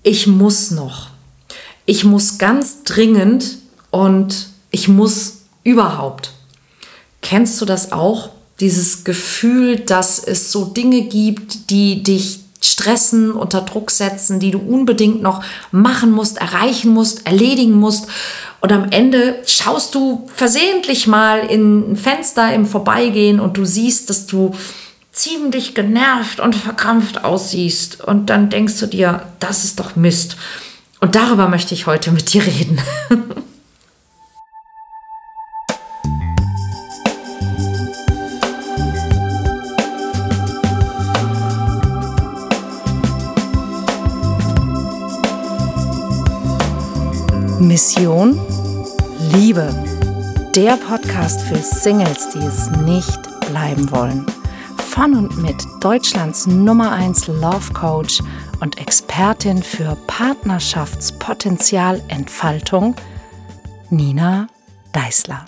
ich muss noch. Ich muss ganz dringend und ich muss überhaupt. Kennst du das auch? Dieses Gefühl, dass es so Dinge gibt, die dich stressen, unter Druck setzen, die du unbedingt noch machen musst, erreichen musst, erledigen musst. Und am Ende schaust du versehentlich mal in ein Fenster im Vorbeigehen und du siehst, dass du ziemlich genervt und verkrampft aussiehst. Und dann denkst du dir, das ist doch Mist. Und darüber möchte ich heute mit dir reden. Mission Liebe. Der Podcast für Singles, die es nicht bleiben wollen. Von und mit Deutschlands Nummer 1 Love Coach und Expertin für Partnerschaftspotenzialentfaltung, Nina Deißler.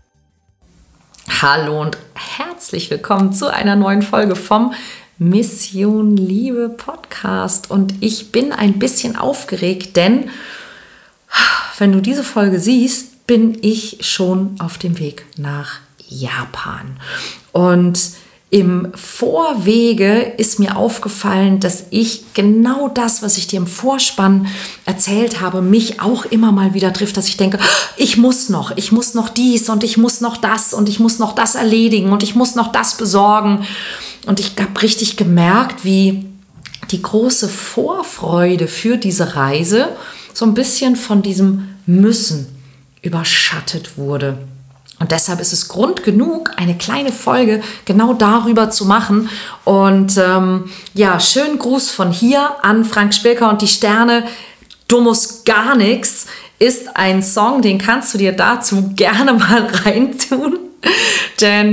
Hallo und herzlich willkommen zu einer neuen Folge vom Mission Liebe Podcast. Und ich bin ein bisschen aufgeregt, denn wenn du diese Folge siehst, bin ich schon auf dem Weg nach Japan. Und im Vorwege ist mir aufgefallen, dass ich genau das, was ich dir im Vorspann erzählt habe, mich auch immer mal wieder trifft, dass ich denke, ich muss noch dies und ich muss noch das und ich muss noch das erledigen und ich muss noch das besorgen. Und ich habe richtig gemerkt, wie die große Vorfreude für diese Reise so ein bisschen von diesem Müssen überschattet wurde. Und deshalb ist es Grund genug, eine kleine Folge genau darüber zu machen. Und schönen Gruß von hier an Frank Spilker und die Sterne. Du musst gar nichts ist ein Song, den kannst du dir dazu gerne mal reintun. Denn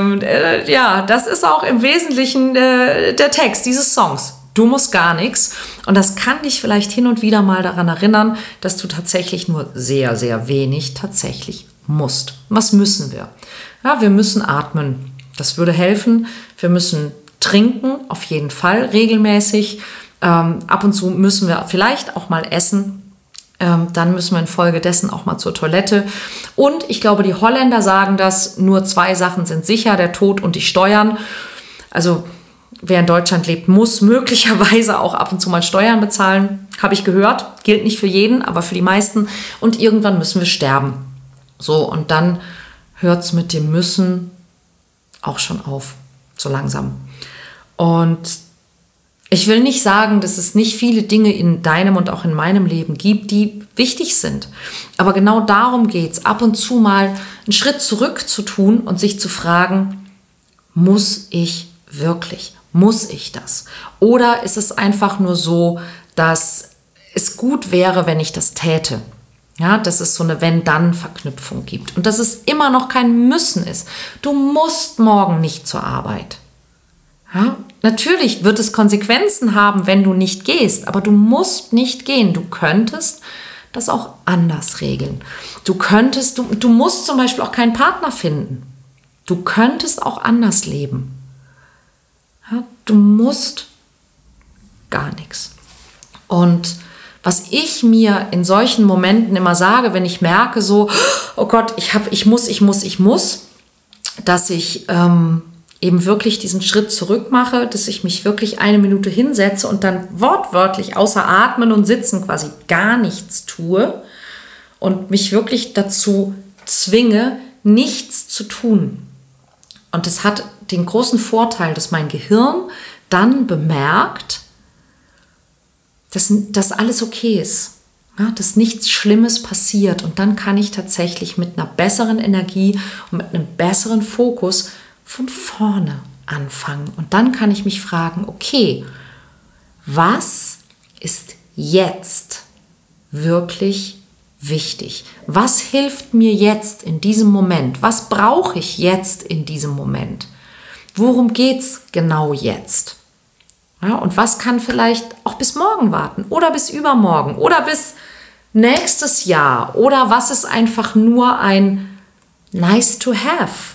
das ist auch im Wesentlichen der Text dieses Songs. Du musst gar nichts. Und das kann dich vielleicht hin und wieder mal daran erinnern, dass du tatsächlich nur sehr, sehr wenig tatsächlich musst. Was müssen wir? Ja, wir müssen atmen. Das würde helfen. Wir müssen trinken, auf jeden Fall, regelmäßig. Ab und zu müssen wir vielleicht auch mal essen. Dann müssen wir infolgedessen auch mal zur Toilette. Und ich glaube, die Holländer sagen das, nur 2 Sachen sind sicher, der Tod und die Steuern. Also wer in Deutschland lebt, muss möglicherweise auch ab und zu mal Steuern bezahlen. Habe ich gehört. Gilt nicht für jeden, aber für die meisten. Und irgendwann müssen wir sterben. So, und dann hört es mit dem Müssen auch schon auf. So langsam. Und ich will nicht sagen, dass es nicht viele Dinge in deinem und auch in meinem Leben gibt, die wichtig sind. Aber genau darum geht es, ab und zu mal einen Schritt zurück zu tun und sich zu fragen, muss ich wirklich? Muss ich das? Oder ist es einfach nur so, dass es gut wäre, wenn ich das täte? Ja, dass es so eine Wenn-Dann-Verknüpfung gibt. Und dass es immer noch kein Müssen ist. Du musst morgen nicht zur Arbeit. Ja, natürlich wird es Konsequenzen haben, wenn du nicht gehst. Aber du musst nicht gehen. Du könntest das auch anders regeln. Du musst zum Beispiel auch keinen Partner finden. Du könntest auch anders leben. Ja, du musst gar nichts. Und was ich mir in solchen Momenten immer sage, wenn ich merke so, oh Gott, ich muss, dass ich eben wirklich diesen Schritt zurück mache, dass ich mich wirklich 1 Minute hinsetze und dann wortwörtlich außer Atmen und Sitzen quasi gar nichts tue und mich wirklich dazu zwinge, nichts zu tun. Und das hat den großen Vorteil, dass mein Gehirn dann bemerkt, dass alles okay ist, ja, dass nichts Schlimmes passiert. Und dann kann ich tatsächlich mit einer besseren Energie und mit einem besseren Fokus von vorne anfangen. Und dann kann ich mich fragen, okay, was ist jetzt wirklich wichtig? Was hilft mir jetzt in diesem Moment? Was brauche ich jetzt in diesem Moment? Worum geht es genau jetzt? Ja, und was kann vielleicht auch bis morgen warten oder bis übermorgen oder bis nächstes Jahr? Oder was ist einfach nur ein nice to have?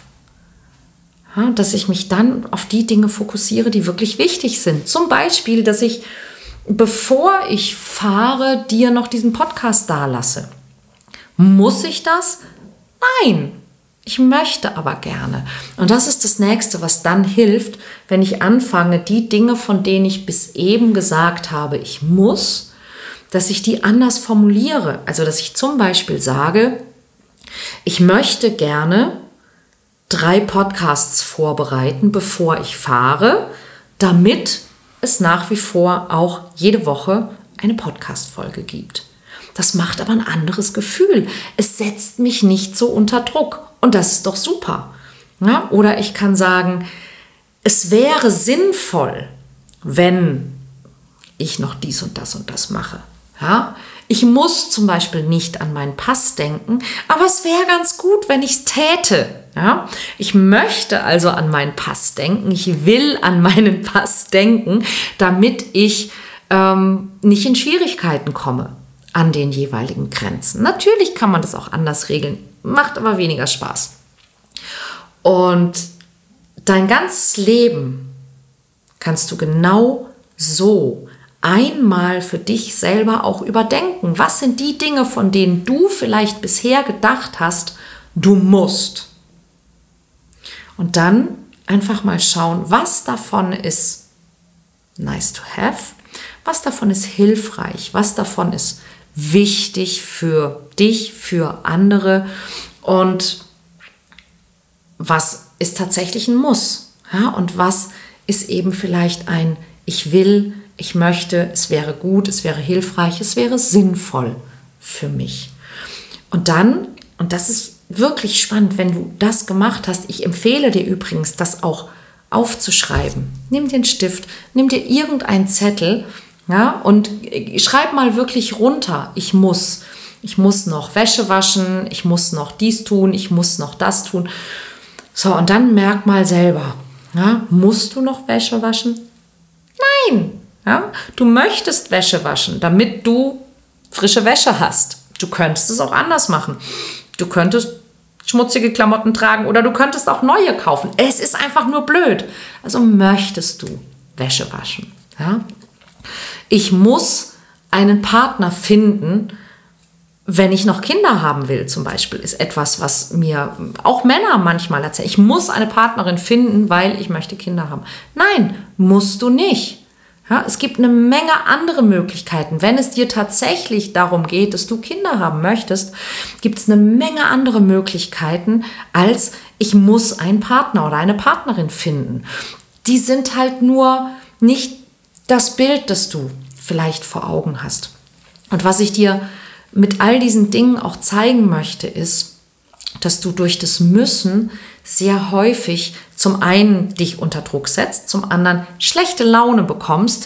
Ja, dass ich mich dann auf die Dinge fokussiere, die wirklich wichtig sind. Zum Beispiel, dass ich bevor ich fahre, dir noch diesen Podcast dalasse. Muss ich das? Nein, ich möchte aber gerne. Und das ist das Nächste, was dann hilft, wenn ich anfange, die Dinge, von denen ich bis eben gesagt habe, ich muss, dass ich die anders formuliere. Also, dass ich zum Beispiel sage, ich möchte gerne 3 Podcasts vorbereiten, bevor ich fahre, damit es nach wie vor auch jede Woche eine Podcast-Folge gibt. Das macht aber ein anderes Gefühl. Es setzt mich nicht so unter Druck. Und das ist doch super. Ja? Oder ich kann sagen, es wäre sinnvoll, wenn ich noch dies und das mache. Ja? Ich muss zum Beispiel nicht an meinen Pass denken, aber es wäre ganz gut, wenn ich es täte. Ja? Ich möchte also an meinen Pass denken, ich will an meinen Pass denken, damit ich nicht in Schwierigkeiten komme an den jeweiligen Grenzen. Natürlich kann man das auch anders regeln, macht aber weniger Spaß. Und dein ganzes Leben kannst du genau so einmal für dich selber auch überdenken. Was sind die Dinge, von denen du vielleicht bisher gedacht hast, du musst? Und dann einfach mal schauen, was davon ist nice to have, was davon ist hilfreich, was davon ist wichtig für dich, für andere und was ist tatsächlich ein Muss, ja? Und was ist eben vielleicht ein ich will, ich möchte, es wäre gut, es wäre hilfreich, es wäre sinnvoll für mich. Und dann, und das ist wirklich spannend, wenn du das gemacht hast, ich empfehle dir übrigens, das auch aufzuschreiben. Nimm dir einen Stift, nimm dir irgendeinen Zettel, ja, und schreib mal wirklich runter, ich muss noch Wäsche waschen, ich muss noch dies tun, ich muss noch das tun. So, und dann merk mal selber, ja, musst du noch Wäsche waschen? Nein, ja, du möchtest Wäsche waschen, damit du frische Wäsche hast. Du könntest es auch anders machen. Du könntest schmutzige Klamotten tragen oder du könntest auch neue kaufen. Es ist einfach nur blöd. Also möchtest du Wäsche waschen, ja? Ich muss einen Partner finden, wenn ich noch Kinder haben will, zum Beispiel, ist etwas, was mir auch Männer manchmal erzählen. Ich muss eine Partnerin finden, weil ich möchte Kinder haben. Nein, musst du nicht. Ja, es gibt eine Menge andere Möglichkeiten. Wenn es dir tatsächlich darum geht, dass du Kinder haben möchtest, gibt es eine Menge andere Möglichkeiten, als ich muss einen Partner oder eine Partnerin finden. Die sind halt nur nicht das Bild, das du vielleicht vor Augen hast. Und was ich dir mit all diesen Dingen auch zeigen möchte, ist, dass du durch das Müssen sehr häufig zum einen dich unter Druck setzt, zum anderen schlechte Laune bekommst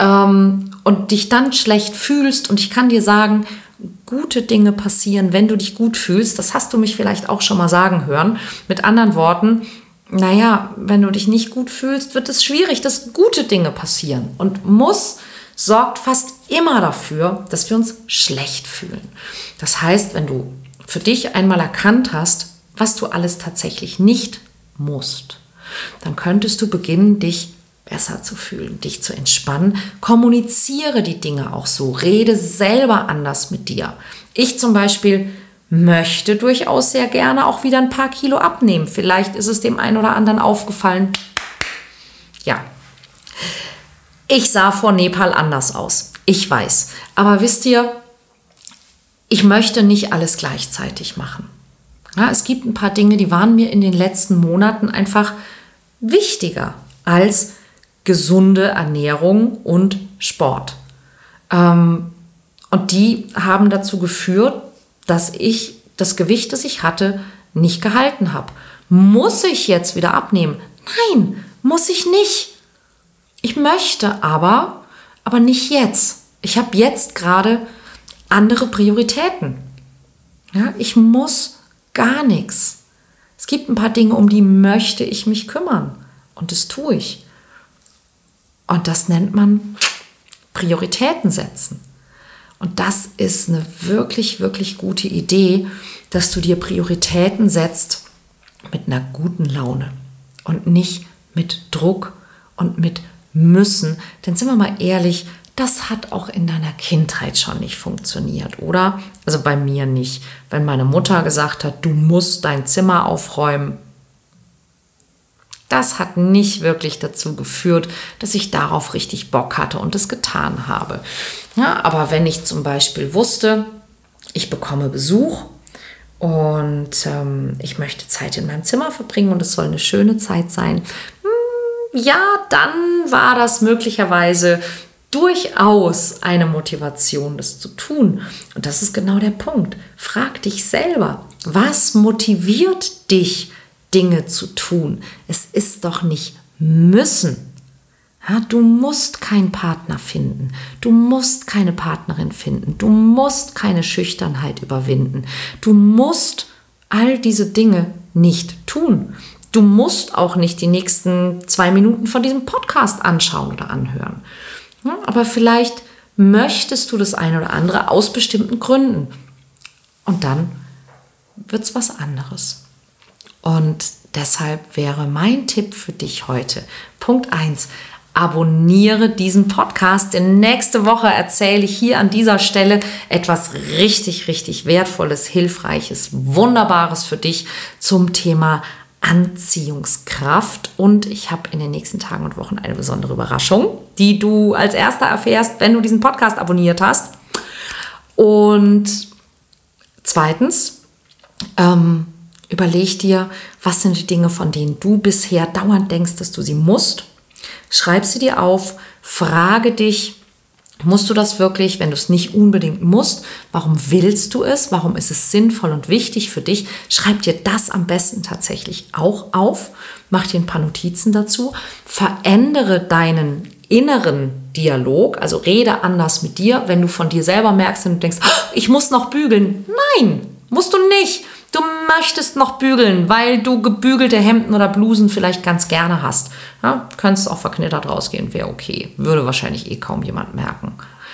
und dich dann schlecht fühlst. Und ich kann dir sagen, gute Dinge passieren, wenn du dich gut fühlst. Das hast du mich vielleicht auch schon mal sagen hören. Mit anderen Worten, naja, wenn du dich nicht gut fühlst, wird es schwierig, dass gute Dinge passieren. Und muss sorgt fast immer dafür, dass wir uns schlecht fühlen. Das heißt, wenn du für dich einmal erkannt hast, was du alles tatsächlich nicht musst, dann könntest du beginnen, dich besser zu fühlen, dich zu entspannen. Kommuniziere die Dinge auch so, rede selber anders mit dir. Ich zum Beispiel möchte durchaus sehr gerne auch wieder ein paar Kilo abnehmen. Vielleicht ist es dem einen oder anderen aufgefallen. Ja, ich sah vor Nepal anders aus. Ich weiß. Aber wisst ihr, ich möchte nicht alles gleichzeitig machen. Ja, es gibt ein paar Dinge, die waren mir in den letzten Monaten einfach wichtiger als gesunde Ernährung und Sport. Und die haben dazu geführt, dass ich das Gewicht, das ich hatte, nicht gehalten habe. Muss ich jetzt wieder abnehmen? Nein, muss ich nicht. Ich möchte aber nicht jetzt. Ich habe jetzt gerade andere Prioritäten. Ja, ich muss gar nichts. Es gibt ein paar Dinge, um die möchte ich mich kümmern. Und das tue ich. Und das nennt man Prioritäten setzen. Und das ist eine wirklich, wirklich gute Idee, dass du dir Prioritäten setzt mit einer guten Laune und nicht mit Druck und mit müssen. Denn sind wir mal ehrlich, das hat auch in deiner Kindheit schon nicht funktioniert, oder? Also bei mir nicht. Wenn meine Mutter gesagt hat, du musst dein Zimmer aufräumen, das hat nicht wirklich dazu geführt, dass ich darauf richtig Bock hatte und es getan habe. Ja, aber wenn ich zum Beispiel wusste, ich bekomme Besuch und ich möchte Zeit in meinem Zimmer verbringen und es soll eine schöne Zeit sein, ja, dann war das möglicherweise durchaus eine Motivation, das zu tun. Und das ist genau der Punkt. Frag dich selber, was motiviert dich, Dinge zu tun? Es ist doch nicht müssen. Ja, du musst keinen Partner finden. Du musst keine Partnerin finden. Du musst keine Schüchternheit überwinden. Du musst all diese Dinge nicht tun. Du musst auch nicht die nächsten 2 Minuten von diesem Podcast anschauen oder anhören. Ja, aber vielleicht möchtest du das eine oder andere aus bestimmten Gründen. Und dann wird es was anderes. Und deshalb wäre mein Tipp für dich heute, Punkt 1, abonniere diesen Podcast, denn nächste Woche erzähle ich hier an dieser Stelle etwas richtig, richtig Wertvolles, Hilfreiches, Wunderbares für dich zum Thema Anziehungskraft. Und ich habe in den nächsten Tagen und Wochen eine besondere Überraschung, die du als erster erfährst, wenn du diesen Podcast abonniert hast. Und zweitens, überleg dir, was sind die Dinge, von denen du bisher dauernd denkst, dass du sie musst. Schreib sie dir auf, frage dich, musst du das wirklich, wenn du es nicht unbedingt musst? Warum willst du es? Warum ist es sinnvoll und wichtig für dich? Schreib dir das am besten tatsächlich auch auf. Mach dir ein paar Notizen dazu. Verändere deinen inneren Dialog, also rede anders mit dir, wenn du von dir selber merkst und denkst, ich muss noch bügeln. Nein, musst du nicht. Du möchtest noch bügeln, weil du gebügelte Hemden oder Blusen vielleicht ganz gerne hast. Ja, könntest auch verknittert rausgehen, wäre okay. Würde wahrscheinlich kaum jemand merken.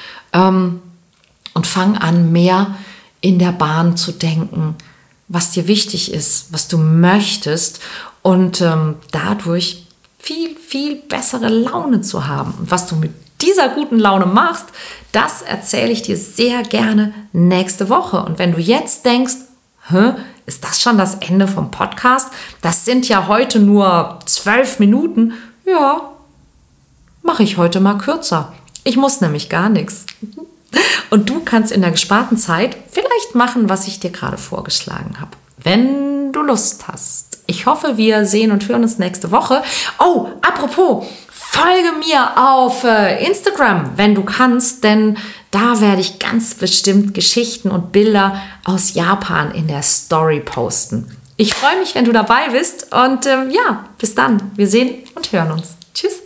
Und fang an, mehr in der Bahn zu denken, was dir wichtig ist, was du möchtest und dadurch viel, viel bessere Laune zu haben. Und was du mit dieser guten Laune machst, das erzähle ich dir sehr gerne nächste Woche. Und wenn du jetzt denkst, ist das schon das Ende vom Podcast? Das sind ja heute nur 12 Minuten. Ja, mache ich heute mal kürzer. Ich muss nämlich gar nichts. Und du kannst in der gesparten Zeit vielleicht machen, was ich dir gerade vorgeschlagen habe, wenn du Lust hast. Ich hoffe, wir sehen und hören uns nächste Woche. Oh, apropos, folge mir auf Instagram, wenn du kannst, denn da werde ich ganz bestimmt Geschichten und Bilder aus Japan in der Story posten. Ich freue mich, wenn du dabei bist und bis dann. Wir sehen und hören uns. Tschüss.